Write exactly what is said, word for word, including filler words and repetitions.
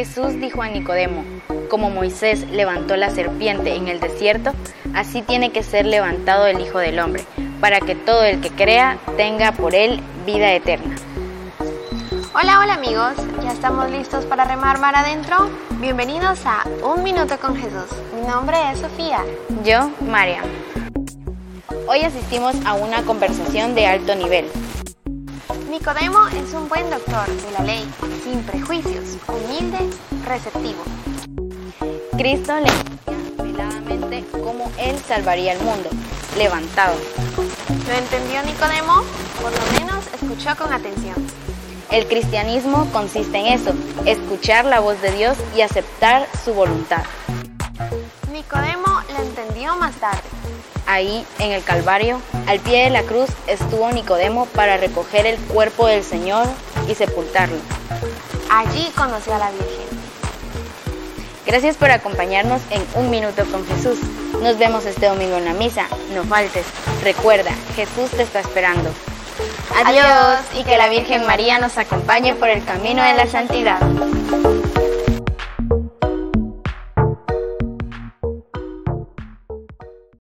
Jesús dijo a Nicodemo: como Moisés levantó la serpiente en el desierto, así tiene que ser levantado el Hijo del Hombre, para que todo el que crea tenga por él vida eterna. Hola, hola amigos, ¿ya estamos listos para remar mar adentro? Bienvenidos a Un Minuto con Jesús. Mi nombre es Sofía. Yo, Mariam. Hoy asistimos a una conversación de alto nivel. Nicodemo es un buen doctor de la ley, sin prejuicios, humilde, receptivo. Cristo le decía veladamente cómo Él salvaría al mundo, levantado. ¿Lo entendió Nicodemo? Por lo menos escuchó con atención. El cristianismo consiste en eso, escuchar la voz de Dios y aceptar su voluntad. Nicodemo lo entendió más tarde. Ahí, en el Calvario, al pie de la cruz, estuvo Nicodemo para recoger el cuerpo del Señor y sepultarlo. Allí conoció a la Virgen. Gracias por acompañarnos en Un Minuto con Jesús. Nos vemos este domingo en la misa. No faltes. Recuerda, Jesús te está esperando. Adiós, y que la Virgen María nos acompañe por el camino de la santidad.